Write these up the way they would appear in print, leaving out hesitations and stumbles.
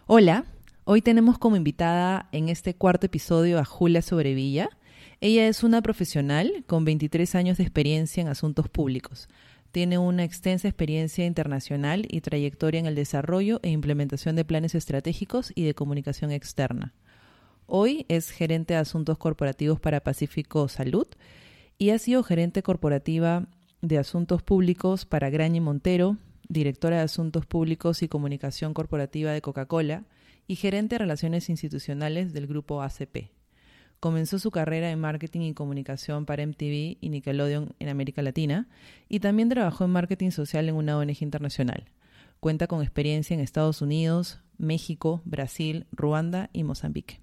Hola, hoy tenemos como invitada en este cuarto episodio a Julia Sobrevilla. Ella es una profesional con 23 años de experiencia en asuntos públicos. Tiene una extensa experiencia internacional y trayectoria en el desarrollo e implementación de planes estratégicos y de comunicación externa. Hoy es gerente de asuntos corporativos para Pacífico Salud y ha sido gerente corporativa de asuntos públicos para Graña y Montero, directora de Asuntos Públicos y Comunicación Corporativa de Coca-Cola y gerente de Relaciones Institucionales del Grupo ACP. Comenzó su carrera en marketing y comunicación para MTV y Nickelodeon en América Latina y también trabajó en marketing social en una ONG internacional. Cuenta con experiencia en Estados Unidos, México, Brasil, Ruanda y Mozambique.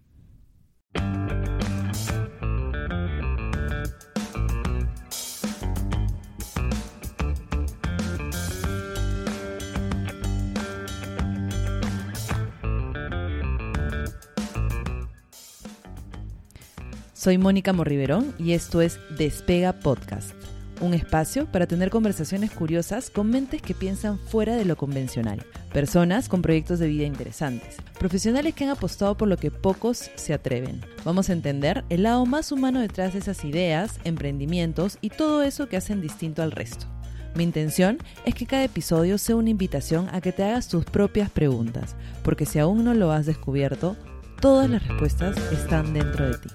Soy Mónica Morriverón y esto es Despega Podcast, un espacio para tener conversaciones curiosas con mentes que piensan fuera de lo convencional, personas con proyectos de vida interesantes, profesionales que han apostado por lo que pocos se atreven. Vamos a entender el lado más humano detrás de esas ideas, emprendimientos y todo eso que hacen distinto al resto. Mi intención es que cada episodio sea una invitación a que te hagas tus propias preguntas, porque si aún no lo has descubierto, todas las respuestas están dentro de ti.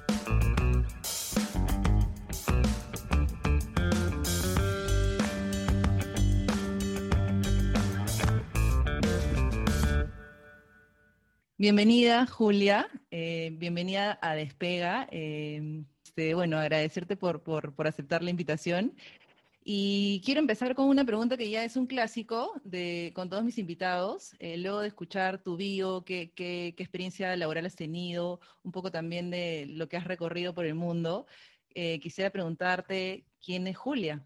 Bienvenida, Julia. Bienvenida a Despega. Agradecerte por aceptar la invitación. Y quiero empezar con una pregunta que ya es un clásico con todos mis invitados. Luego de escuchar tu bio, qué experiencia laboral has tenido, un poco también de lo que has recorrido por el mundo, quisiera preguntarte, ¿quién es Julia?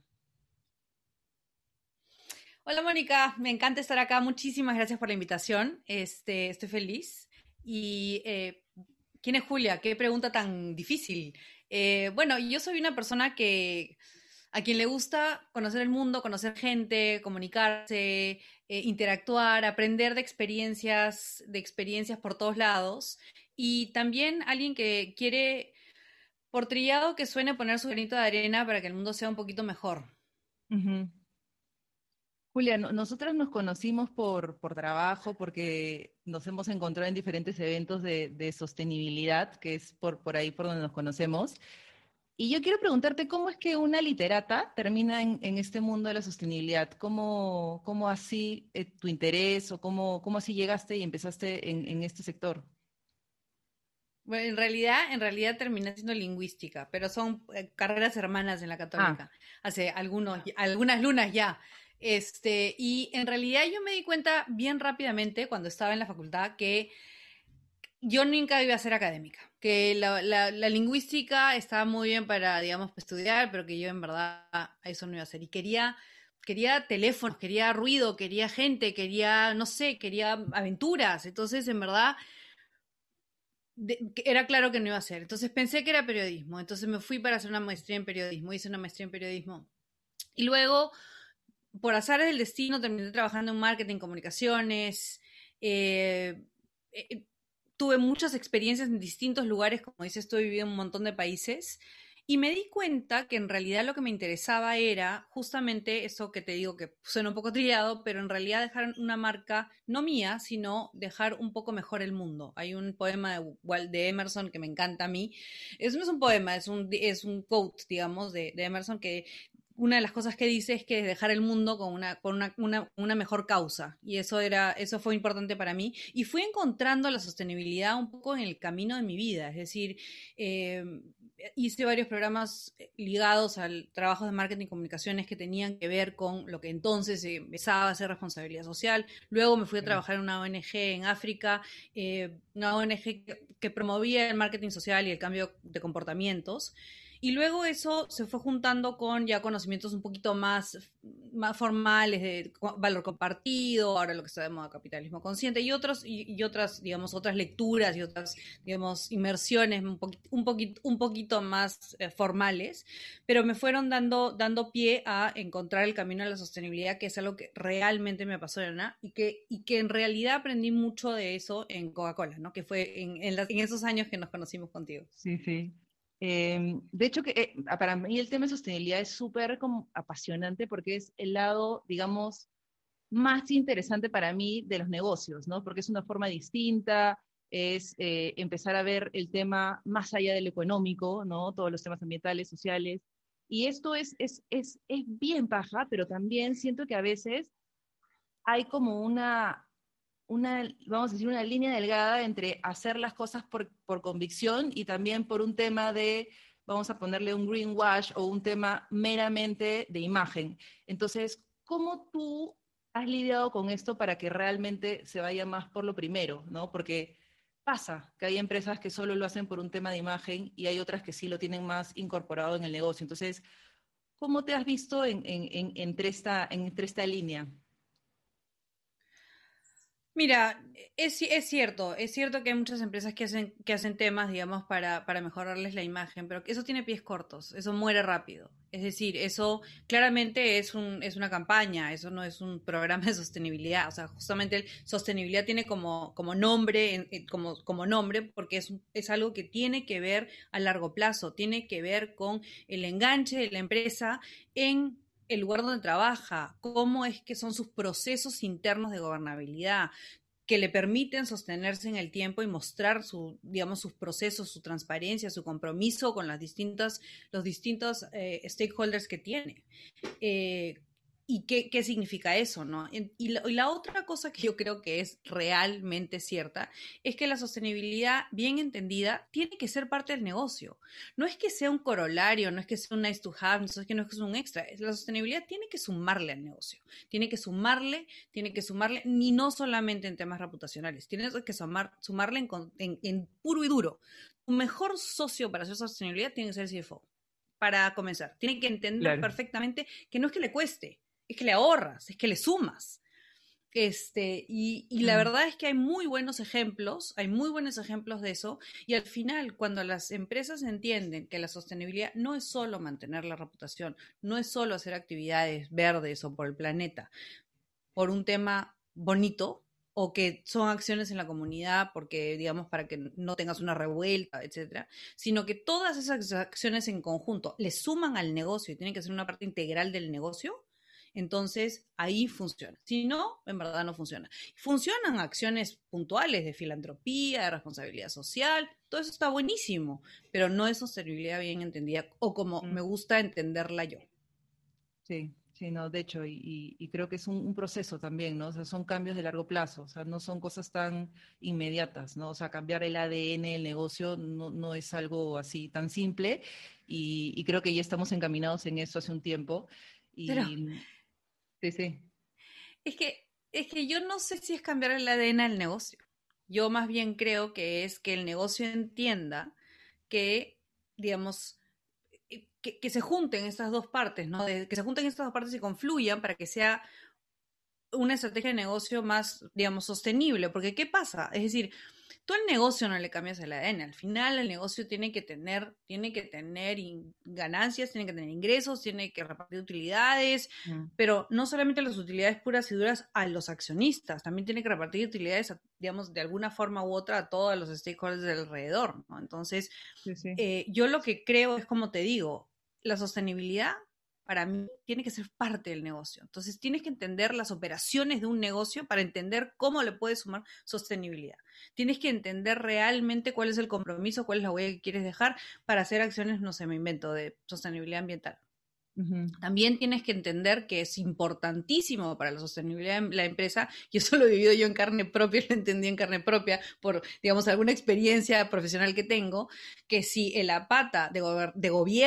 Hola Mónica, me encanta estar acá. Muchísimas gracias por la invitación. Estoy feliz. Y ¿quién es Julia? Qué pregunta tan difícil. Bueno, yo soy una persona a quien le gusta conocer el mundo, conocer gente, comunicarse, interactuar, aprender de experiencias por todos lados. Y también alguien que quiere, por trillado que suene, poner su granito de arena para que el mundo sea un poquito mejor. Uh-huh. Julia, nosotras nos conocimos por trabajo, porque nos hemos encontrado en diferentes eventos de sostenibilidad, que es por ahí por donde nos conocemos. Y yo quiero preguntarte, ¿cómo es que una literata termina en este mundo de la sostenibilidad? ¿Cómo así tu interés o cómo así llegaste y empezaste en este sector? Bueno, en realidad terminé siendo lingüística, pero son carreras hermanas en la Ah, Católica, hace algunas lunas ya. Y en realidad yo me di cuenta bien rápidamente cuando estaba en la facultad que yo nunca iba a ser académica, que la lingüística estaba muy bien para, digamos, estudiar, pero que yo en verdad a eso no iba a hacer. Y quería teléfonos, quería ruido, quería gente, quería, no sé, quería aventuras. Entonces, en verdad era claro que no iba a ser. Entonces pensé que era periodismo. Entonces me fui para hacer una maestría en periodismo. Hice una maestría en periodismo. Y luego, por azares del destino, terminé trabajando en marketing, comunicaciones. Eh, eh, Tuve muchas experiencias en distintos lugares. Como dices, tú he vivido en un montón de países. Y me di cuenta que en realidad lo que me interesaba era justamente eso que te digo que suena un poco trillado, pero en realidad dejar una marca, no mía, sino dejar un poco mejor el mundo. Hay un poema de Emerson que me encanta a mí. No es un poema, es un quote, digamos, de Emerson, que una de las cosas que dice es que dejar el mundo con una mejor causa. Y eso fue importante para mí. Y fui encontrando la sostenibilidad un poco en el camino de mi vida. Es decir, eh, hice varios programas ligados al trabajo de marketing y comunicaciones que tenían que ver con lo que entonces empezaba a ser responsabilidad social. Luego me fui a trabajar en una ONG en África, una ONG que promovía el marketing social y el cambio de comportamientos. Y luego eso se fue juntando con ya conocimientos un poquito más formales de valor compartido, ahora lo que está de moda, capitalismo consciente, y otras, digamos, otras lecturas y otras, digamos, inmersiones un poquito más formales, pero me fueron dando pie a encontrar el camino a la sostenibilidad, que es algo que realmente me apasiona y que en realidad aprendí mucho de eso en Coca-Cola, ¿no? Que fue en esos años que nos conocimos contigo. Sí, sí. De hecho, para mí el tema de sostenibilidad es súper como apasionante porque es el lado, digamos, más interesante para mí de los negocios, ¿no? Porque es una forma distinta, es empezar a ver el tema más allá de lo económico, ¿no? Todos los temas ambientales, sociales. Y esto es bien paja, pero también siento que a veces hay como vamos a decir, una línea delgada entre hacer las cosas por convicción y también por un tema de, vamos a ponerle un greenwash o un tema meramente de imagen. Entonces, ¿cómo tú has lidiado con esto para que realmente se vaya más por lo primero, ¿no? Porque pasa que hay empresas que solo lo hacen por un tema de imagen y hay otras que sí lo tienen más incorporado en el negocio. Entonces, ¿cómo te has visto entre esta línea? Mira, es cierto que hay muchas empresas que hacen temas, digamos, para mejorarles la imagen, pero eso tiene pies cortos, eso muere rápido. Es decir, eso claramente es una campaña, eso no es un programa de sostenibilidad. O sea, justamente el sostenibilidad tiene como nombre, como nombre, porque es algo que tiene que ver a largo plazo, tiene que ver con el enganche de la empresa en el lugar donde trabaja, cómo es que son sus procesos internos de gobernabilidad, que le permiten sostenerse en el tiempo y mostrar digamos, sus procesos, su transparencia, su compromiso con los distintos stakeholders que tiene. ¿Y qué significa eso, no? Y la otra cosa que yo creo que es realmente cierta es que la sostenibilidad, bien entendida, tiene que ser parte del negocio. No es que sea un corolario, no es que sea un nice to have, no es que sea un extra. La sostenibilidad tiene que sumarle al negocio. Tiene que sumarle, y no solamente en temas reputacionales, tiene que sumarle en puro y duro. Tu mejor socio para hacer sostenibilidad tiene que ser el CFO. Para comenzar, tiene que entender Claro. perfectamente que no es que le cueste, es que le ahorras, es que le sumas. Y la verdad es que hay muy buenos ejemplos de eso, y al final, cuando las empresas entienden que la sostenibilidad no es solo mantener la reputación, no es solo hacer actividades verdes o por el planeta, por un tema bonito, o que son acciones en la comunidad, porque, digamos, para que no tengas una revuelta, etcétera, sino que todas esas acciones en conjunto le suman al negocio y tienen que ser una parte integral del negocio, entonces ahí funciona. Si no, en verdad no funciona. Funcionan acciones puntuales de filantropía, de responsabilidad social, todo eso está buenísimo, pero no es sostenibilidad bien entendida o como me gusta entenderla yo. Sí, sí, no, de hecho, y creo que es un proceso también, ¿no? O sea, son cambios de largo plazo, o sea, no son cosas tan inmediatas, ¿no? O sea, cambiar el ADN del negocio no es algo así tan simple y creo que ya estamos encaminados en eso hace un tiempo. Pero Y sí, sí. es que yo no sé si es cambiar el ADN del negocio. Yo más bien creo que es que el negocio entienda que, digamos, que se junten estas dos partes, ¿no? Que se junten estas dos partes y confluyan para que sea una estrategia de negocio más, digamos, sostenible. Porque, ¿qué pasa? Es decir, tú al negocio no le cambias el ADN. Al final, el negocio tiene que tener ganancias, tiene que tener ingresos, tiene que repartir utilidades, pero no solamente las utilidades puras y duras a los accionistas, también tiene que repartir utilidades, digamos, de alguna forma u otra a todos los stakeholders del alrededor, ¿no? Entonces, Sí, sí. yo lo que creo es, como te digo, la sostenibilidad para mí tiene que ser parte del negocio. Entonces tienes que entender las operaciones de un negocio para entender cómo le puedes sumar sostenibilidad. Tienes que entender realmente cuál es el compromiso, cuál es la huella que quieres dejar para hacer acciones, no sé, me invento, de sostenibilidad ambiental. También tienes que entender que es importantísimo para la sostenibilidad de la empresa, y eso lo he vivido yo en carne propia, lo entendí en carne propia por, digamos, alguna experiencia profesional que tengo, que si la pata de gobierno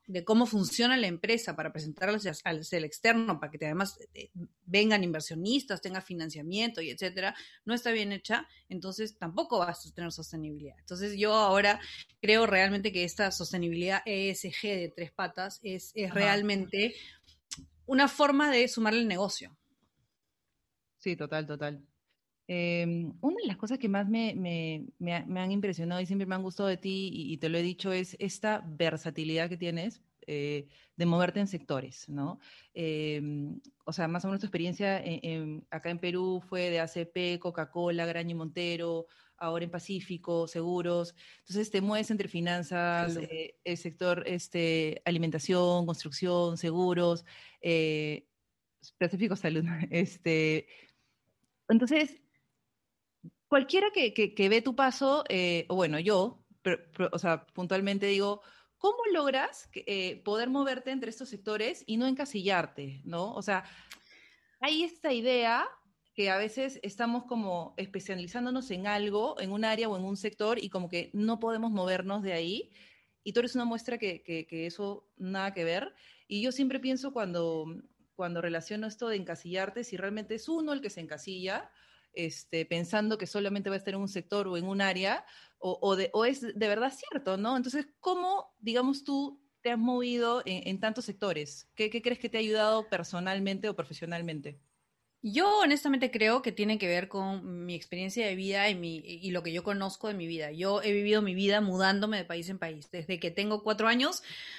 de cómo funciona la empresa para presentarla hacia el externo, para que además vengan inversionistas, tenga financiamiento y etcétera, no está bien hecha, entonces tampoco va a tener sostenibilidad. Entonces yo ahora creo realmente que esta sostenibilidad ESG de 3 patas es realmente una forma de sumarle el negocio. Sí, total, total. Una de las cosas que más me han impresionado y siempre me han gustado de ti, y te lo he dicho, es esta versatilidad que tienes de moverte en sectores, ¿no? O sea, más o menos tu experiencia acá en Perú fue de ACP, Coca-Cola, Graña y Montero, ahora en Pacífico, seguros. Entonces te mueves entre finanzas, el sector alimentación, construcción, seguros, Pacífico Salud. Entonces, cualquiera que ve tu paso, o bueno, yo, o sea, puntualmente digo, ¿cómo logras poder moverte entre estos sectores y no encasillarte, ¿no? O sea, hay esta idea que a veces estamos como especializándonos en algo, en un área o en un sector, y como que no podemos movernos de ahí. Y tú eres una muestra que eso nada que ver. Y yo siempre pienso cuando relaciono esto de encasillarte, si realmente es uno el que se encasilla, pensando que solamente va a estar en un sector o en un área, o es de verdad cierto, ¿no? Entonces, ¿cómo, digamos, tú te has movido en tantos sectores? ¿Qué crees que te ha ayudado personalmente o profesionalmente? Yo honestamente creo que tiene que ver con mi experiencia de vida y lo que yo conozco de mi vida. Yo he vivido mi vida mudándome de país en país. Desde que tengo 4 años,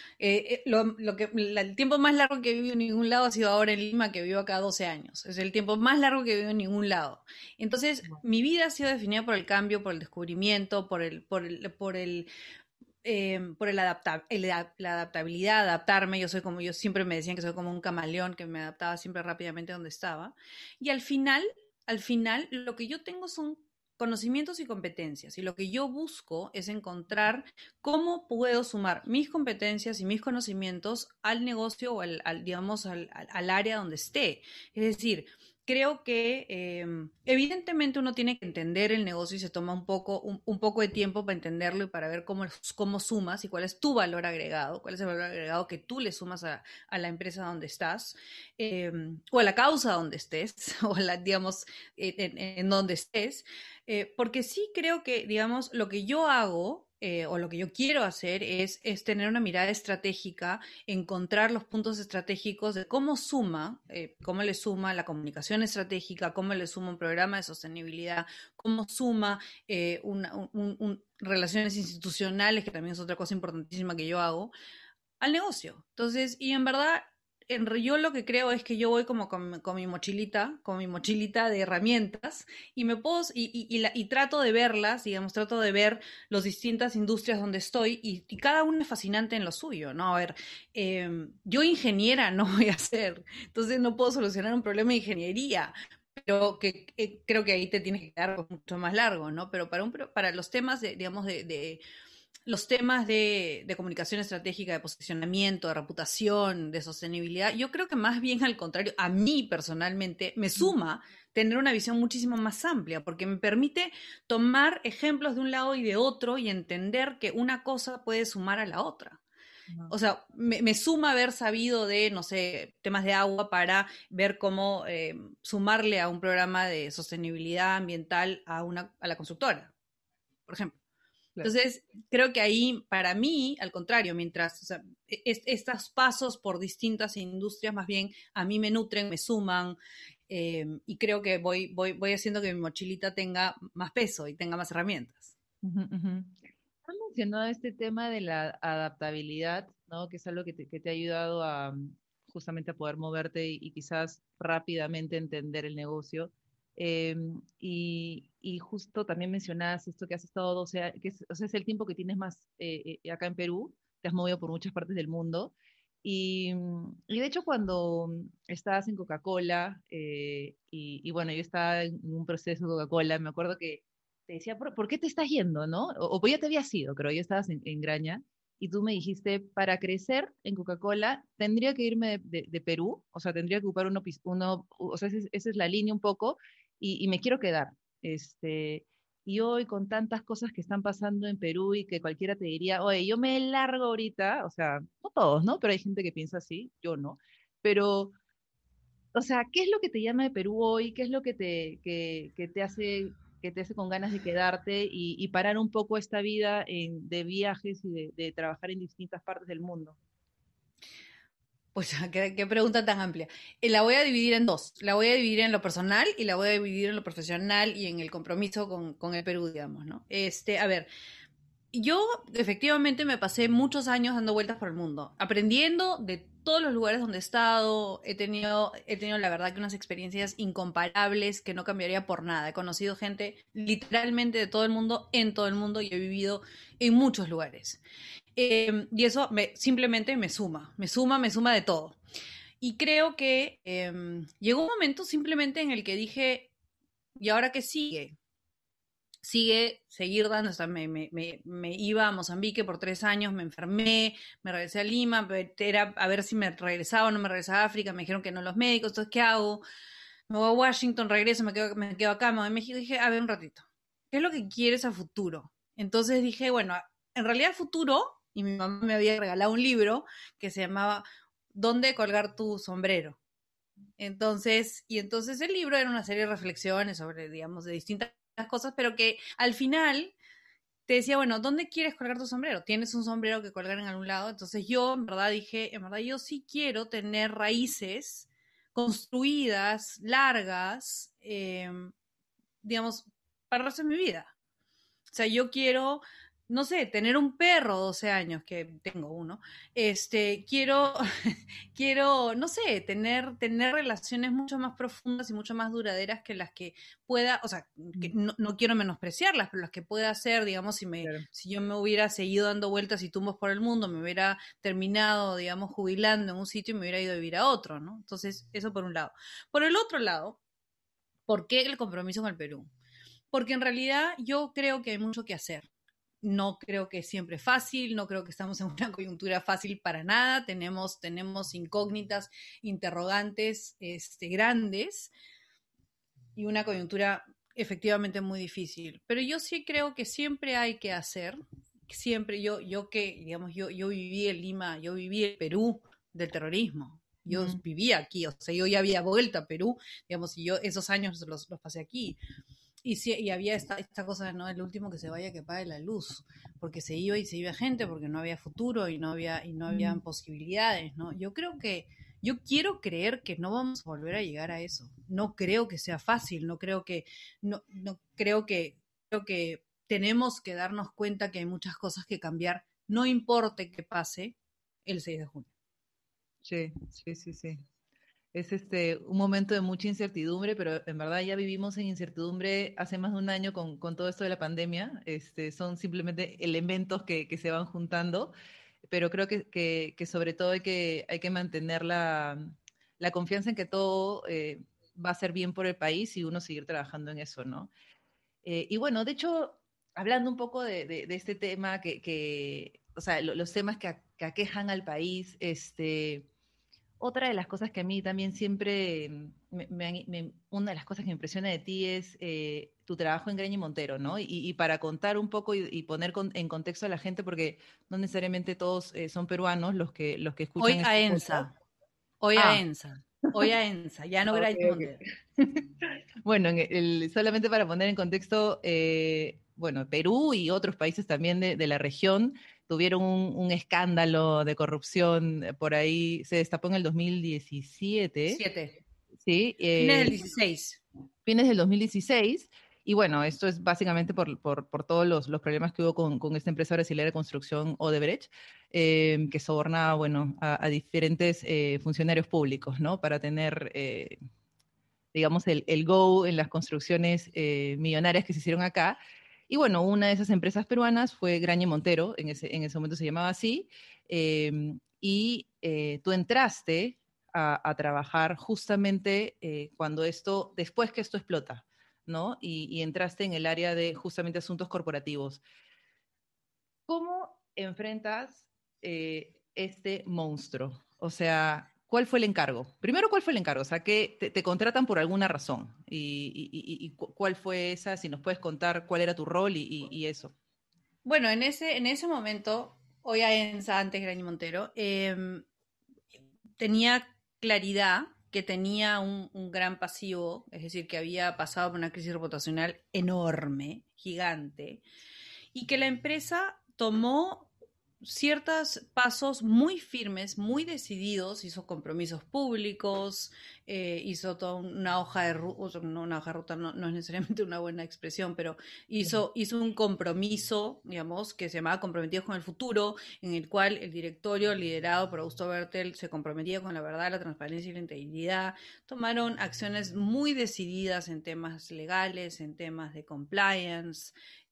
el tiempo más largo que he vivido en ningún lado ha sido ahora en Lima, que vivo acá 12 años. Es el tiempo más largo que he vivido en ningún lado. Entonces, mi vida ha sido definida por el cambio, por el descubrimiento, por la adaptabilidad, adaptarme. Yo siempre me decían que soy como un camaleón, que me adaptaba siempre rápidamente donde estaba. Y al final, lo que yo tengo son conocimientos y competencias. Y lo que yo busco es encontrar cómo puedo sumar mis competencias y mis conocimientos al negocio o digamos, al área donde esté. Es decir, creo que evidentemente uno tiene que entender el negocio y se toma un poco de tiempo para entenderlo y para ver cómo sumas y cuál es tu valor agregado, cuál es el valor agregado que tú le sumas a la empresa donde estás, o a la causa donde estés, o digamos, en donde estés, porque sí creo que, digamos, lo que yo hago o lo que yo quiero hacer es tener una mirada estratégica, encontrar los puntos estratégicos de cómo le suma la comunicación estratégica, cómo le suma un programa de sostenibilidad, cómo suma relaciones institucionales, que también es otra cosa importantísima que yo hago, al negocio. Entonces, y en verdad, yo lo que creo es que yo voy como con mi mochilita de herramientas y me puedo, y trato de verlas, digamos, trato de ver las distintas industrias donde estoy y cada una es fascinante en lo suyo, ¿no? A ver, yo ingeniera no voy a ser, entonces no puedo solucionar un problema de ingeniería, pero creo que ahí te tienes que quedar mucho más largo, ¿no? Pero para los temas digamos, los temas de comunicación estratégica, de posicionamiento, de reputación, de sostenibilidad, yo creo que más bien al contrario, a mí personalmente me suma tener una visión muchísimo más amplia, porque me permite tomar ejemplos de un lado y de otro y entender que una cosa puede sumar a la otra. O sea, me suma haber sabido de, no sé, temas de agua para ver cómo sumarle a un programa de sostenibilidad ambiental a la constructora, por ejemplo. Claro. Entonces, creo que ahí, para mí, al contrario, mientras, o sea, estos pasos por distintas industrias, más bien a mí me nutren, me suman, y creo que voy haciendo que mi mochilita tenga más peso y tenga más herramientas. Has mencionado este tema de la adaptabilidad, ¿no? Que es algo que te ha ayudado a justamente a poder moverte y quizás rápidamente entender el negocio. Y justo también mencionabas esto que has estado 12 años, o sea, es el tiempo que tienes más acá en Perú, te has movido por muchas partes del mundo. Y de hecho cuando estabas en Coca-Cola, y bueno, yo estaba en un proceso de Coca-Cola, me acuerdo que te decía, ¿por qué te estás yendo, no? O pues ya te habías ido, creo, ya estabas en Graña, y tú me dijiste, para crecer en Coca-Cola, tendría que irme de Perú, o sea, tendría que ocupar o sea, esa es la línea un poco, y me quiero quedar. Este, Y hoy con tantas cosas que están pasando en Perú y que cualquiera te diría, oye, yo me largo ahorita, o sea, no todos, ¿no? Pero hay gente que piensa así, yo no. Pero, o sea, ¿qué es lo que te llama de Perú hoy? ¿Qué es lo que te hace con ganas de quedarte y parar un poco esta vida de viajes y de trabajar en distintas partes del mundo? Pues qué pregunta tan amplia. La voy a dividir en dos. La voy a dividir en lo personal y la voy a dividir en lo profesional y en el compromiso con el Perú, digamos, ¿no? A ver, yo efectivamente me pasé muchos años dando vueltas por el mundo, aprendiendo de todos los lugares donde he estado. He tenido la verdad que unas experiencias incomparables que no cambiaría por nada. He conocido gente literalmente de todo el mundo, en todo el mundo, y he vivido en muchos lugares. Y eso simplemente me suma de todo. Y creo que llegó un momento simplemente en el que dije, ¿y ahora qué sigue? Seguir dando, o sea, me iba a Mozambique por 3 años, me enfermé, me regresé a Lima, era a ver si me regresaba o no me regresaba a África, me dijeron que no los médicos, entonces, ¿qué hago? Me voy a Washington, regreso, me quedo acá, me voy a México, dije, a ver un ratito, ¿qué es lo que quieres a futuro? Entonces dije, bueno, en realidad futuro, y mi mamá me había regalado un libro que se llamaba ¿Dónde colgar tu sombrero? Entonces el libro era una serie de reflexiones sobre, digamos, de distintas cosas, pero que al final te decía, bueno, ¿dónde quieres colgar tu sombrero? ¿Tienes un sombrero que colgar en algún lado? Entonces yo, en verdad, dije, en verdad, yo sí quiero tener raíces construidas, largas, digamos, para el resto de mi vida. O sea, yo quiero, no sé, tener un perro, 12 años, que tengo uno. Quiero, quiero, no sé, tener relaciones mucho más profundas y mucho más duraderas que las que pueda, o sea, que no quiero menospreciarlas, pero las que pueda hacer, digamos, Claro. si yo me hubiera seguido dando vueltas y tumbos por el mundo, me hubiera terminado, digamos, jubilando en un sitio y me hubiera ido a vivir a otro, ¿no? Entonces, eso por un lado. Por el otro lado, ¿por qué el compromiso con el Perú? Porque en realidad yo creo que hay mucho que hacer. No creo que siempre es fácil, no creo que estamos en una coyuntura fácil para nada, tenemos incógnitas, interrogantes grandes y una coyuntura efectivamente muy difícil. Pero yo sí creo que siempre hay que hacer, siempre yo que, digamos, yo viví en Lima, yo viví en Perú del terrorismo. Yo Mm. vivía aquí, o sea, yo ya había vuelto a Perú, digamos, y yo esos años los pasé aquí. Y, sí, y había esta cosa, ¿no? El último que se vaya que pague la luz, porque se iba y se iba gente, porque no había futuro y no había Mm. posibilidades, ¿no? Yo quiero creer que no vamos a volver a llegar a eso. No creo que sea fácil, no creo que tenemos que darnos cuenta que hay muchas cosas que cambiar, no importe qué pase el 6 de junio. Sí, sí, sí, sí. Es un momento de mucha incertidumbre, pero en verdad ya vivimos en incertidumbre hace más de un año con todo esto de la pandemia. Son simplemente elementos que se van juntando, pero creo que sobre todo hay que mantener la confianza en que todo va a ser bien por el país y uno seguir trabajando en eso, ¿no? Y bueno, de hecho, hablando un poco de este tema o sea, los temas que aquejan al país, otra de las cosas que a mí también siempre, una de las cosas que me impresiona de ti es tu trabajo en Graña y Montero, ¿no? Y para contar un poco y poner en contexto a la gente, porque no necesariamente todos son peruanos los que escuchan Hoy a este podcast. ENSA, hoy a Ah, ENSA, hoy a ENSA, ya no ok, Gray ok. Montero. Bueno, solamente para poner en contexto, bueno, Perú y otros países también de la región tuvieron un escándalo de corrupción por ahí, se destapó en el 2017, 7. ¿sí? Fines del 16. Fines del 2016. Y bueno, esto es básicamente por todos los problemas que hubo con esta empresa brasileña de construcción Odebrecht, que sobornaba, bueno, a diferentes funcionarios públicos, ¿no? Para tener digamos, el go en las construcciones millonarias que se hicieron acá. Y bueno, una de esas empresas peruanas fue Graña Montero, en ese momento se llamaba así, tú entraste a trabajar justamente después que esto explota, ¿no? Y entraste en el área de justamente asuntos corporativos. ¿Cómo enfrentas este monstruo? O sea, ¿Cuál fue el encargo? Primero, ¿cuál fue el encargo? O sea, que te contratan por alguna razón. ¿Cuál fue esa? Si nos puedes contar cuál era tu rol y eso. Bueno, en ese momento, hoy a ENSA, antes Graña Montero, tenía claridad que tenía un gran pasivo, es decir, que había pasado por una crisis reputacional enorme, gigante, y que la empresa tomó ciertos pasos muy firmes, muy decididos, hizo compromisos públicos, hizo toda una hoja de ruta, no una hoja de ruta, no es necesariamente una buena expresión, pero hizo un compromiso, digamos, que se llamaba Comprometidos con el Futuro, en el cual el directorio liderado por Augusto Bertel se comprometía con la verdad, la transparencia y la integridad. Tomaron acciones muy decididas en temas legales, en temas de compliance,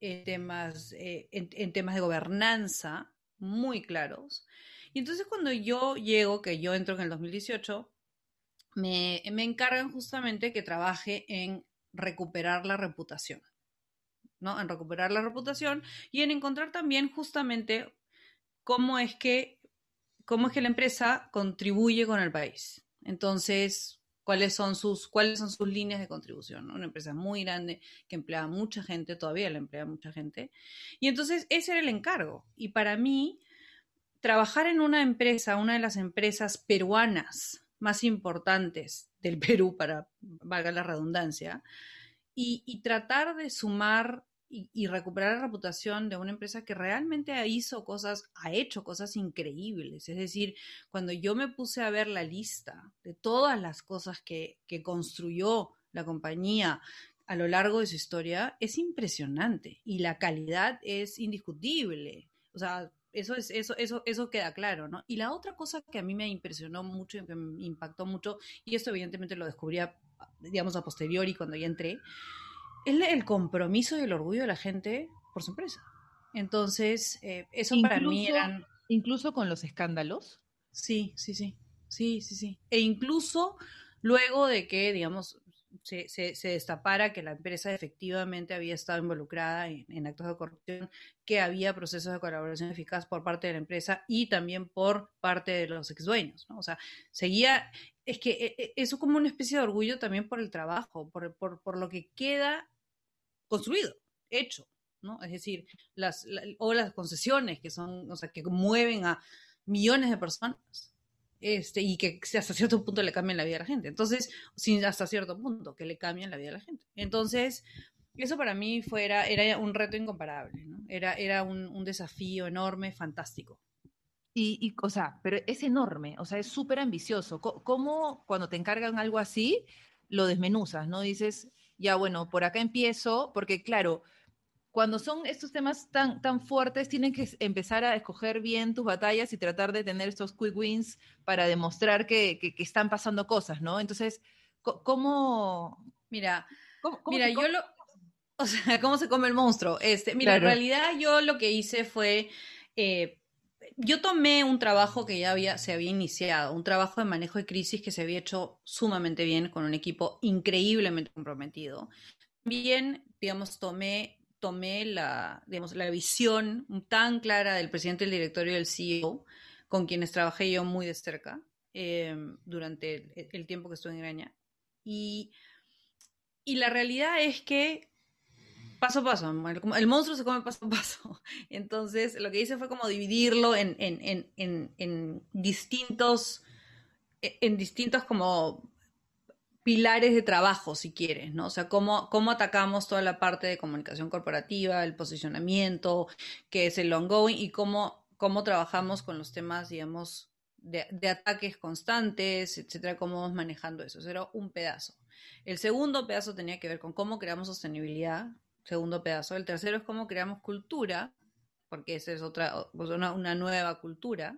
en temas de gobernanza, muy claros. Y entonces cuando yo llego, que yo entro en el 2018, me encargan justamente que trabaje en recuperar la reputación, ¿no? En recuperar la reputación y en encontrar también justamente cómo es que, la empresa contribuye con el país. Entonces, cuáles son sus líneas de contribución, ¿no? Una empresa muy grande que emplea a mucha gente, todavía la emplea a mucha gente. Y entonces ese era el encargo. Y para mí, trabajar en una empresa, una de las empresas peruanas más importantes del Perú, para valga la redundancia, y tratar de sumar y recuperar la reputación de una empresa que realmente ha hecho cosas increíbles. Es decir, cuando yo me puse a ver la lista de todas las cosas que construyó la compañía a lo largo de su historia, es impresionante y la calidad es indiscutible. O sea, eso queda claro, ¿no? Y la otra cosa que a mí me impresionó mucho y que me impactó mucho, y esto evidentemente lo descubría, digamos, a posteriori cuando ya entré, es el compromiso y el orgullo de la gente por su empresa. Entonces, eso para mí eran... Incluso con los escándalos. Sí, sí, sí, sí, sí, sí. E incluso luego de que, digamos, se destapara que la empresa efectivamente había estado involucrada en actos de corrupción, que había procesos de colaboración eficaz por parte de la empresa y también por parte de los ex dueños, ¿no? O sea, seguía, es que eso como una especie de orgullo también por el trabajo, por lo que queda construido, hecho, ¿no? Es decir, o las concesiones que son, o sea, que mueven a millones de personas, y que hasta cierto punto le cambian la vida a la gente. Entonces, hasta cierto punto que le cambian la vida a la gente. Entonces, eso para mí era un reto incomparable, ¿no? Era un desafío enorme, fantástico. O sea, pero es enorme, o sea, es súper ambicioso. ¿Cómo cuando te encargan algo así, lo desmenuzas, ¿no? Dices, ya bueno, por acá empiezo, porque claro, cuando son estos temas tan fuertes, tienen que empezar a escoger bien tus batallas y tratar de tener estos quick wins para demostrar que están pasando cosas, ¿no? Entonces, ¿cómo, Mira, cómo mira, se come? o sea, ¿cómo se come el monstruo? Mira, en Claro. realidad yo lo que hice fue, yo tomé un trabajo que se había iniciado, un trabajo de manejo de crisis que se había hecho sumamente bien con un equipo increíblemente comprometido. También, digamos, tomé digamos, la visión tan clara del presidente del directorio y del CEO, con quienes trabajé yo muy de cerca durante el tiempo que estuve en Graña. Y la realidad es que paso a paso, el monstruo se come paso a paso. Entonces, lo que hice fue como dividirlo en distintos como pilares de trabajo, si quieres, ¿no? O sea, cómo atacamos toda la parte de comunicación corporativa, el posicionamiento, que es el ongoing, y cómo trabajamos con los temas, digamos, de ataques constantes, etcétera, cómo vamos manejando eso. Eso era un pedazo. El segundo pedazo tenía que ver con cómo creamos sostenibilidad, segundo pedazo. El tercero es cómo creamos cultura, porque esa es una nueva cultura.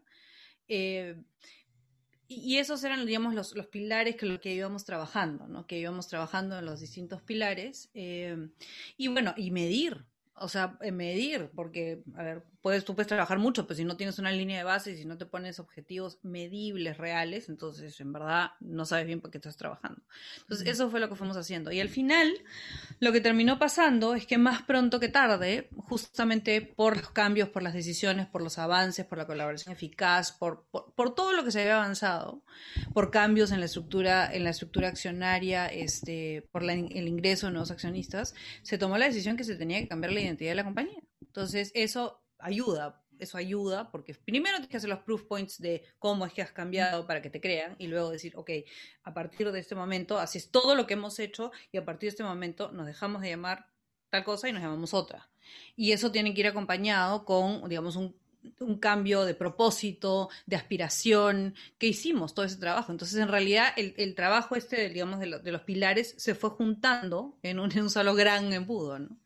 Y esos eran, digamos, los pilares que íbamos trabajando, ¿no? Que íbamos trabajando en los distintos pilares. Y bueno, y medir. o sea, medir, porque, a ver, tú puedes trabajar mucho, pero si no tienes una línea de base y si no te pones objetivos medibles, reales, entonces en verdad no sabes bien por qué estás trabajando. Entonces, eso fue lo que fuimos haciendo. Y al final, lo que terminó pasando es que más pronto que tarde, justamente por los cambios, por las decisiones, por los avances, por la colaboración eficaz, por todo lo que se había avanzado, por cambios en la estructura accionaria, por el ingreso de nuevos accionistas, se tomó la decisión que se tenía que cambiar la identidad de la compañía. Entonces, eso ayuda porque primero tienes que hacer los proof points de cómo es que has cambiado para que te crean y luego decir, ok, a partir de este momento así es todo lo que hemos hecho y a partir de este momento nos dejamos de llamar tal cosa y nos llamamos otra. Y eso tiene que ir acompañado con, digamos, un cambio de propósito, de aspiración, que hicimos todo ese trabajo. Entonces, en realidad, el trabajo digamos, de los pilares se fue juntando en un solo gran embudo, ¿no?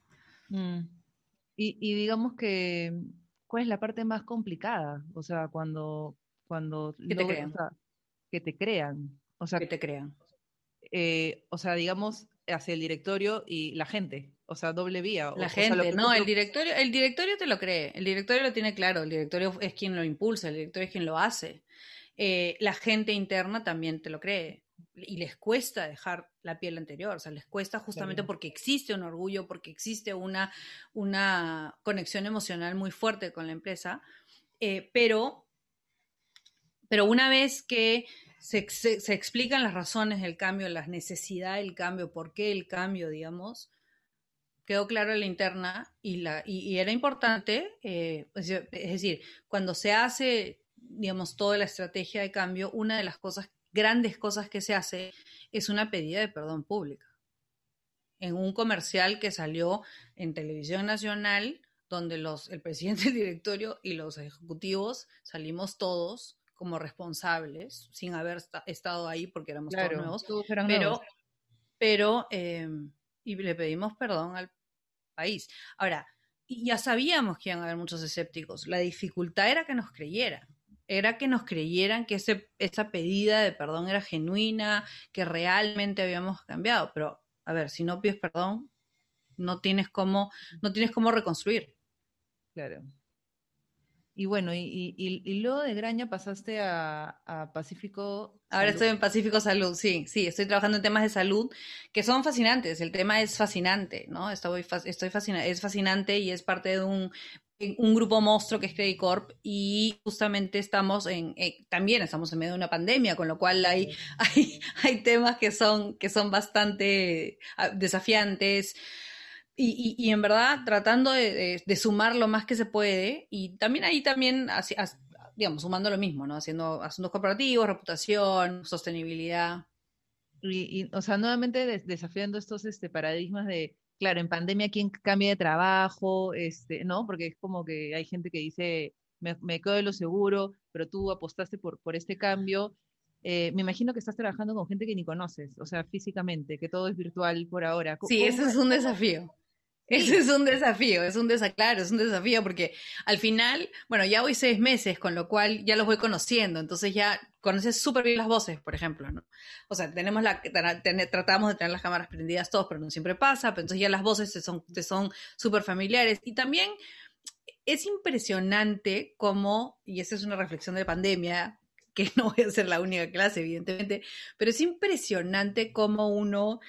Y digamos que, ¿cuál es la parte más complicada? O sea, cuando Que te logras, crean. o sea, que te crean. Que te crean. O sea, digamos, hacia el directorio y la gente. O sea, doble vía. La O sea, lo gente, que no, el directorio te lo cree, el directorio lo tiene claro, el directorio es quien lo impulsa, el directorio es quien lo hace. La gente interna también te lo cree y les cuesta dejar la piel anterior, o sea, les cuesta justamente Claro. porque existe un orgullo, porque existe una conexión emocional muy fuerte con la empresa, pero una vez que se explican las razones del cambio, las necesidades del cambio, por qué el cambio, digamos, quedó claro en la interna y era importante, es decir, cuando se hace, digamos, toda la estrategia de cambio, una de las grandes cosas que se hace es una pedida de perdón pública. En un comercial que salió en televisión nacional, donde el presidente del directorio y los ejecutivos salimos todos como responsables, sin haber estado ahí porque éramos todos nuevos, todos eran nuevos. pero y le pedimos perdón al país. Ahora, ya sabíamos que iban a haber muchos escépticos. La dificultad era que nos creyeran. Era que nos creyeran que esa pedida de perdón era genuina, que realmente habíamos cambiado. Pero, a ver, si no pides perdón, no tienes cómo reconstruir. Claro. Y bueno, y luego de Graña pasaste a Pacífico Ahora Salud. estoy en Pacífico Salud, sí, estoy trabajando en temas de salud que son fascinantes, el tema es fascinante, ¿no? Es fascinante y es parte de un grupo monstruo que es Credit Corp y justamente también estamos en medio de una pandemia, con lo cual hay temas que son bastante desafiantes. Y en verdad tratando de sumar lo más que se puede y también digamos, sumando lo mismo, ¿no? Haciendo asuntos corporativos, reputación, sostenibilidad. O sea, nuevamente desafiando estos paradigmas de, claro, en pandemia, ¿quién cambia de trabajo? ¿No? Porque es como que hay gente que dice, me quedo de lo seguro, pero tú apostaste por este cambio. Me imagino que estás trabajando con gente que ni conoces, o sea, físicamente, que todo es virtual por ahora. Sí, ese es un desafío. Ese es un desafío, claro, es un desafío porque al final, bueno, ya voy 6 meses, con lo cual ya los voy conociendo, entonces ya conoces súper bien las voces, por ejemplo, ¿no? O sea, tratamos de tener las cámaras prendidas todos, pero no siempre pasa, pero entonces ya las voces te son súper familiares y también es impresionante cómo, y esa es una reflexión de pandemia, que no voy a ser la única clase, evidentemente, pero es impresionante cómo uno...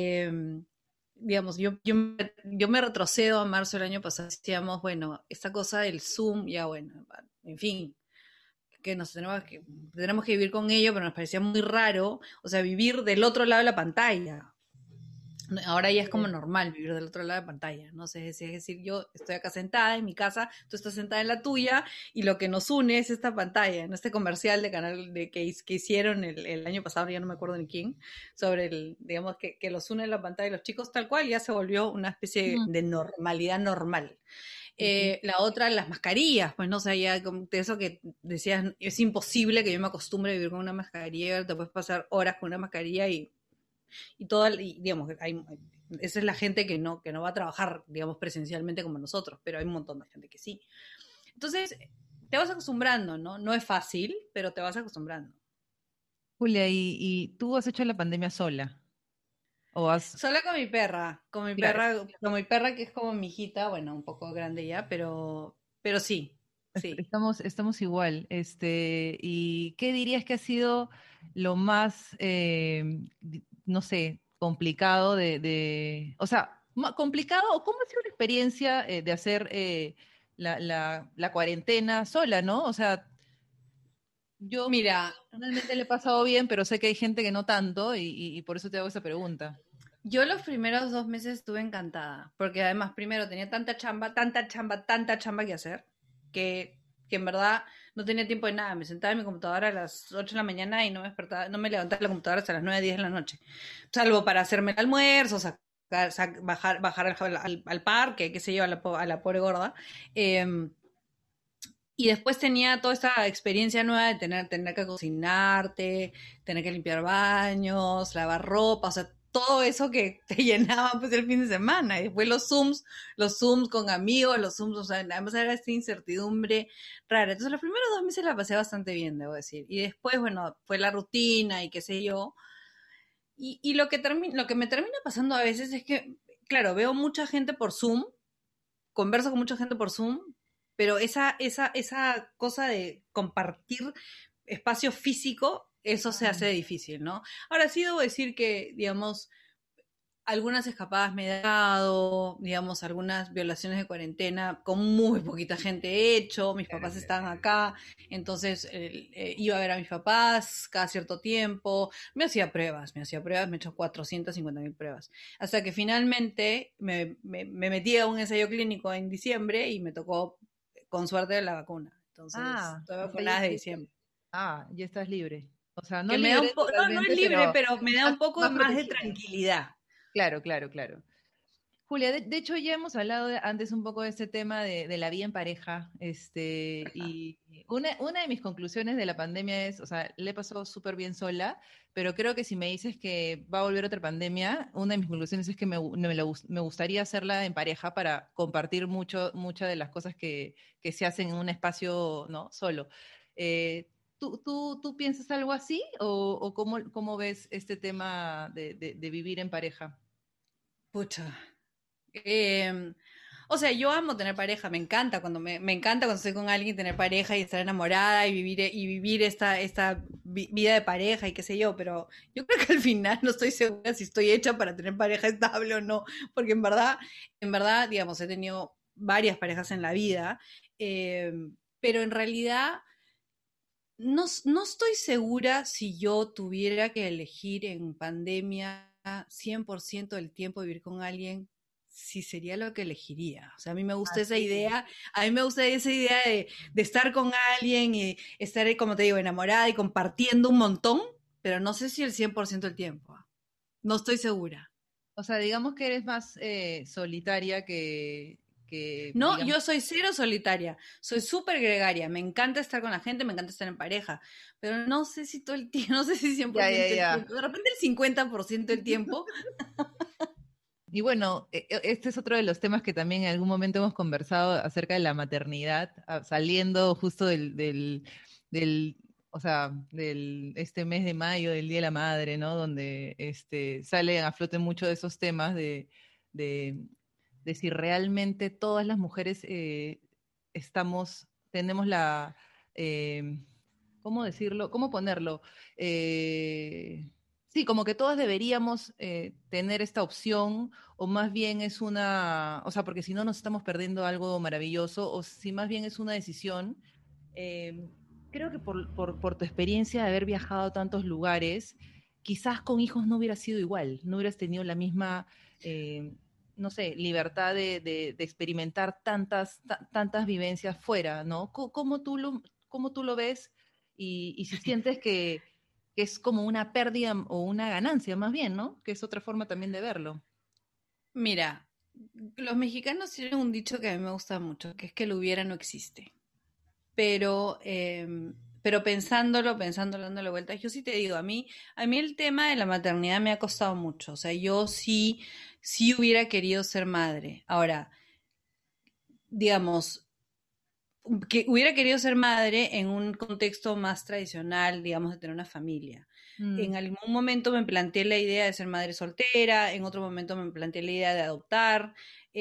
digamos, yo me retrocedo a marzo del año pasado, decíamos, bueno, esta cosa del Zoom, ya bueno, en fin, que tenemos que vivir con ello, pero nos parecía muy raro, o sea, vivir del otro lado de la pantalla. Ahora ya es como normal vivir del otro lado de la pantalla, ¿no? Es decir, yo estoy acá sentada en mi casa, tú estás sentada en la tuya, y lo que nos une es esta pantalla, ¿no? Este comercial de canal que hicieron el año pasado, ya no me acuerdo ni quién, sobre digamos, que los une la pantalla y los chicos, tal cual, ya se volvió una especie de normalidad normal. La otra, las mascarillas, pues no sé, ya de eso que decías, es imposible que yo me acostumbre a vivir con una mascarilla, te puedes pasar horas con una mascarilla y digamos, esa es la gente que no va a trabajar, digamos, presencialmente como nosotros, pero hay un montón de gente que sí. Entonces, te vas acostumbrando, ¿no? No es fácil, pero te vas acostumbrando. Julia, ¿y tú has hecho la pandemia sola? ¿O has...? Sola Claro, con mi perra que es como mi hijita, bueno, un poco grande ya, pero sí, sí. estamos igual. ¿Y qué dirías que ha sido lo más, no sé, complicado o sea, complicado o cómo ha sido la experiencia de hacer la cuarentena sola, ¿no? O sea, yo Mira, personalmente le he pasado bien, pero sé que hay gente que no tanto y por eso te hago esa pregunta. yo los primeros 2 meses estuve encantada, porque además primero tenía tanta chamba que hacer, que en verdad no tenía tiempo de nada. Me sentaba en mi computadora a las 8 de la mañana y no me despertaba, no me levantaba de la computadora hasta las 9 10 de la noche. Salvo para hacerme el almuerzo, bajar al parque, qué sé yo, a la pobre gorda. Eh, y después tenía toda esta experiencia nueva de tener que cocinarte, tener que limpiar baños, lavar ropa, o sea, todo eso que te llenaba pues el fin de semana. Y después los Zooms con amigos, los Zooms, o sea, además era esta incertidumbre rara. Entonces los primeros 2 meses la pasé bastante bien, debo decir. Y después, bueno, fue la rutina y qué sé yo. Y lo que me termina pasando a veces es que, claro, veo mucha gente por Zoom, converso con mucha gente por Zoom, pero esa cosa de compartir espacio físico, eso se hace difícil, ¿no? Ahora sí debo decir que, digamos, algunas escapadas me he dado, digamos, algunas violaciones de cuarentena con muy poquita gente he hecho, mis Claro, papás claro. estaban acá, entonces iba a ver a mis papás cada cierto tiempo, me hacía pruebas, me he hecho 450.000 pruebas, hasta que finalmente me metí a un ensayo clínico en diciembre y me tocó con suerte la vacuna, entonces Ah, estoy o sea, vacunada desde diciembre. ya estás libre. O sea, no Que me da un libre poco, no, no es totalmente, libre, pero pero me da un poco Más más de protegida. tranquilidad. claro, claro, claro. Julia, de hecho ya hemos hablado antes un poco de este tema de la vida en pareja, y una de mis conclusiones de la pandemia es, o sea, le he pasado súper bien sola, pero creo que si me dices que va a volver otra pandemia, una de mis conclusiones es que me gustaría hacerla en pareja para compartir muchas de las cosas que se hacen en un espacio, ¿no? Solo. ¿Tú piensas algo así o cómo ves este tema de vivir en pareja? Pucha. Eh, o sea, yo amo tener pareja, me encanta cuando estoy con alguien tener pareja y estar enamorada y vivir esta vida de pareja y qué sé yo, pero yo creo que al final no estoy segura si estoy hecha para tener pareja estable o no, porque en verdad, digamos, he tenido varias parejas en la vida, eh, pero en realidad no estoy segura si yo tuviera que elegir en pandemia 100% del tiempo vivir con alguien, si sería lo que elegiría. O sea, a mí me gusta esa Así. idea, a mí me gusta esa idea de estar con alguien y estar, como te digo, enamorada y compartiendo un montón, pero no sé si el 100% del tiempo. No estoy segura. O sea, digamos que eres más solitaria No, digamos, yo soy cero solitaria, soy súper gregaria, me encanta estar con la gente, me encanta estar en pareja, pero no sé si todo el tiempo, no sé si cien por ya, ya, ciento el ya. tiempo, de repente el 50% del tiempo. Y bueno, este es otro de los temas que también en algún momento hemos conversado acerca de la maternidad, saliendo justo del, o sea, del este mes de mayo, del Día de la Madre, ¿no? Donde salen a flote mucho de esos temas de, de si realmente todas las mujeres tenemos eh, ¿cómo decirlo? ¿Cómo ponerlo? Sí, como que todas deberíamos tener esta opción, o más bien es o sea, porque si no nos estamos perdiendo algo maravilloso, o si más bien es una decisión. eh, Creo que por tu experiencia de haber viajado a tantos lugares, quizás con hijos no hubiera sido igual, no hubieras tenido la misma, eh, no sé, libertad de experimentar tantas vivencias fuera, ¿no? ¿Cómo tú lo ves? Y si sientes que es como una pérdida o una ganancia más bien, ¿no? Que es otra forma también de verlo. Mira, los mexicanos tienen un dicho que a mí me gusta mucho, que es que lo hubiera no existe. Pero, pero pensándolo, dándole vueltas, yo sí te digo, a mí el tema de la maternidad me ha costado mucho. O sea, yo sí hubiera querido ser madre. Ahora, digamos, que hubiera querido ser madre en un contexto más tradicional, digamos, de tener una familia. En algún momento me planteé la idea de ser madre soltera, en otro momento me planteé la idea de adoptar.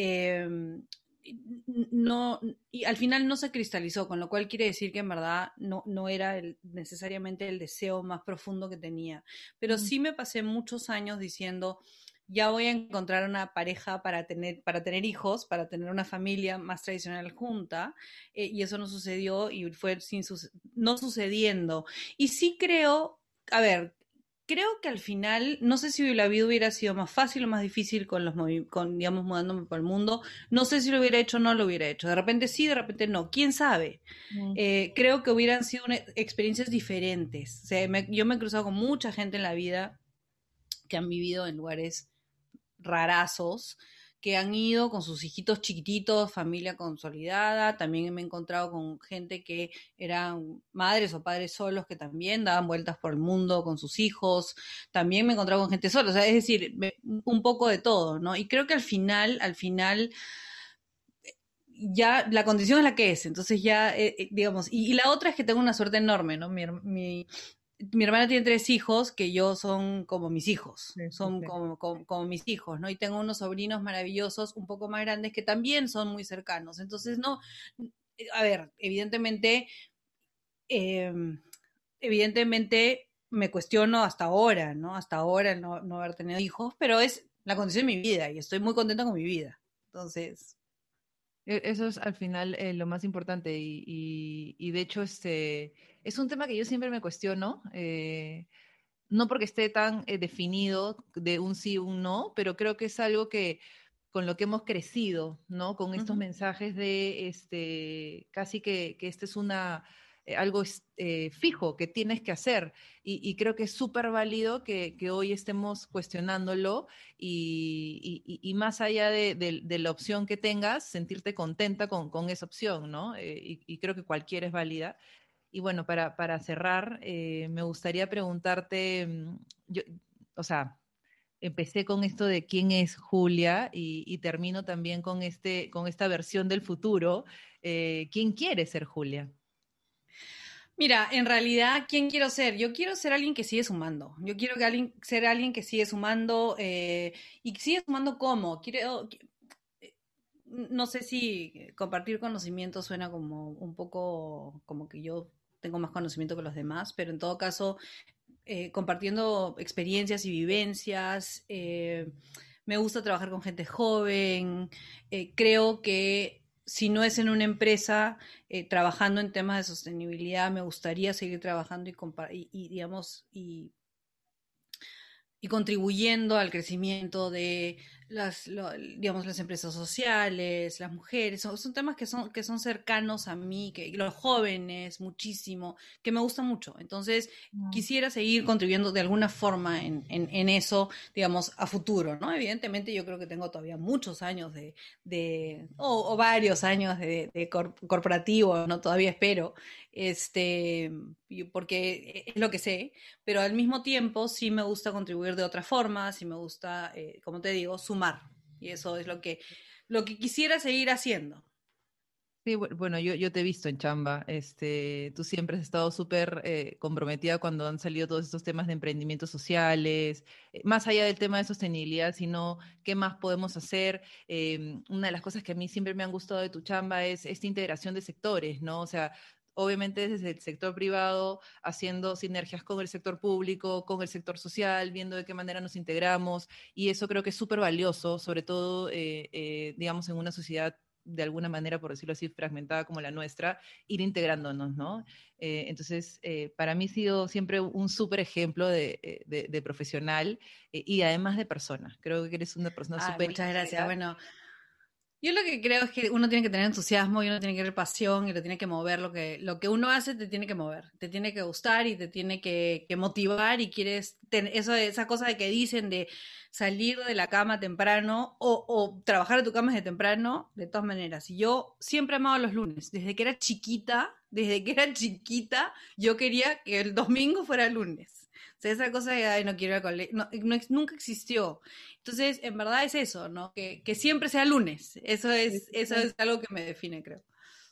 No, y al final no se cristalizó, con lo cual quiere decir que en verdad no era necesariamente el deseo más profundo que tenía. Pero sí me pasé muchos años diciendo, ya voy a encontrar una pareja para tener hijos, para tener una familia más tradicional junta, y eso no sucedió y fue no sucediendo. Y sí creo, a ver, creo que al final, no sé si la vida hubiera sido más fácil o más difícil digamos, mudándome por el mundo. No sé si lo hubiera hecho o no lo hubiera hecho. De repente sí, de repente no. ¿Quién sabe? Creo que hubieran sido experiencias diferentes. O sea, yo me he cruzado con mucha gente en la vida que han vivido en lugares rarazos, que han ido con sus hijitos chiquititos, familia consolidada. También me he encontrado con gente que eran madres o padres solos que también daban vueltas por el mundo con sus hijos. También me he encontrado con gente sola, o sea, es decir, un poco de todo, ¿no? Y creo que al final, ya la condición es la que es, entonces ya, digamos, y la otra es que tengo una suerte enorme, ¿no? Mi hermana tiene 3 hijos que yo son como mis hijos, son como mis hijos, ¿no? Y tengo unos sobrinos maravillosos, un poco más grandes, que también son muy cercanos. Entonces, no, a ver, eh, evidentemente me cuestiono hasta ahora, ¿no? Hasta ahora el no haber tenido hijos, pero es la condición de mi vida y estoy muy contenta con mi vida. Entonces... Eso es al final lo más importante y de hecho es un tema que yo siempre me cuestiono, no porque esté tan definido de un sí o un no, pero creo que es algo que con lo que hemos crecido, ¿no? Con estos mensajes de casi que esta es algo fijo que tienes que hacer. Y creo que es súper válido que hoy estemos cuestionándolo y más allá de la opción que tengas, sentirte contenta con esa opción, ¿no? Y creo que cualquiera es válida. Y bueno, para cerrar, me gustaría preguntarte, o sea, empecé con esto de quién es Julia y termino también con esta versión del futuro. ¿Quién quiere ser Julia? Mira, en realidad, ¿quién quiero ser? Yo quiero ser alguien que sigue sumando. Yo quiero ser alguien que sigue sumando y que sigue sumando cómo. No sé si compartir conocimiento suena como un poco como que yo tengo más conocimiento que los demás, pero en todo caso, compartiendo experiencias y vivencias. Me gusta trabajar con gente joven. Creo que si no es en una empresa trabajando en temas de sostenibilidad, me gustaría seguir trabajando digamos, y contribuyendo al crecimiento de digamos, las empresas sociales, las mujeres. Son temas que son cercanos a mí, que los jóvenes muchísimo, que me gustan mucho. Entonces, quisiera seguir contribuyendo de alguna forma en eso, digamos, a futuro, ¿no? Evidentemente, yo creo que tengo todavía muchos años o varios años de corporativo, ¿no? Todavía espero, porque es lo que sé, pero al mismo tiempo sí me gusta contribuir de otra forma, sí me gusta, como te digo, sumar. Y eso es lo que quisiera seguir haciendo. Sí, bueno, yo te he visto en chamba. Tú siempre has estado súper comprometida cuando han salido todos estos temas de emprendimientos sociales, más allá del tema de sostenibilidad, sino qué más podemos hacer. Una de las cosas que a mí siempre me han gustado de tu chamba es esta integración de sectores, ¿no? O sea, obviamente desde el sector privado, haciendo sinergias con el sector público, con el sector social, viendo de qué manera nos integramos, y eso creo que es súper valioso, sobre todo, digamos, en una sociedad de alguna manera, por decirlo así, fragmentada como la nuestra, ir integrándonos, ¿no? Entonces, para mí ha sido siempre un súper ejemplo de profesional y además de persona. Creo que eres una persona súper Muchas gracias. íntegra. Bueno, yo lo que creo es que uno tiene que tener entusiasmo y uno tiene que tener pasión y lo tiene que mover. Lo que uno hace te tiene que mover, te tiene que gustar y te tiene que motivar y quieres tener esa cosa de que dicen de salir de la cama temprano o trabajar de tu cama desde temprano, de todas maneras. Y yo siempre he amado los lunes. Desde que era chiquita, yo quería que el domingo fuera lunes. O sea, esa cosa de, ay, no quiero ir al colegio, nunca existió. Entonces, en verdad es eso, ¿no? Que siempre sea lunes. Eso es algo que me define, creo.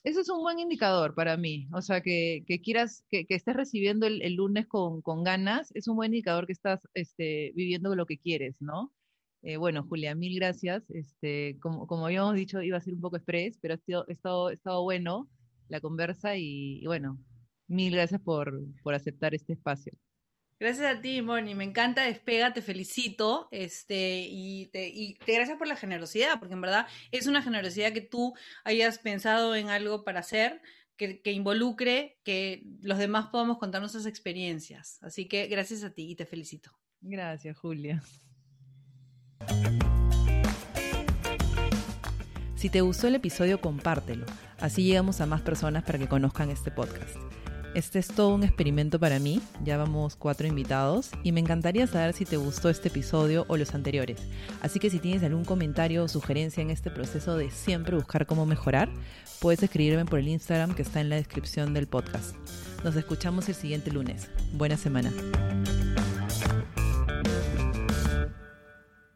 Ese es un buen indicador para mí. O sea, que quieras, que estés recibiendo el lunes con ganas, es un buen indicador que estás viviendo lo que quieres, ¿no? Bueno, Julia, mil gracias. Como habíamos dicho, iba a ser un poco express, pero ha estado bueno la conversa y bueno, mil gracias por aceptar este espacio. Gracias a ti, Moni. Me encanta Despega, te felicito. Y te gracias por la generosidad, porque en verdad es una generosidad que tú hayas pensado en algo para hacer, que involucre, que los demás podamos contar nuestras experiencias. Así que gracias a ti y te felicito. Gracias, Julia. Si te gustó el episodio, compártelo. Así llegamos a más personas para que conozcan este podcast. Este es todo un experimento para mí, ya vamos 4 invitados y me encantaría saber si te gustó este episodio o los anteriores. Así que si tienes algún comentario o sugerencia en este proceso de siempre buscar cómo mejorar, puedes escribirme por el Instagram que está en la descripción del podcast. Nos escuchamos el siguiente lunes. Buena semana.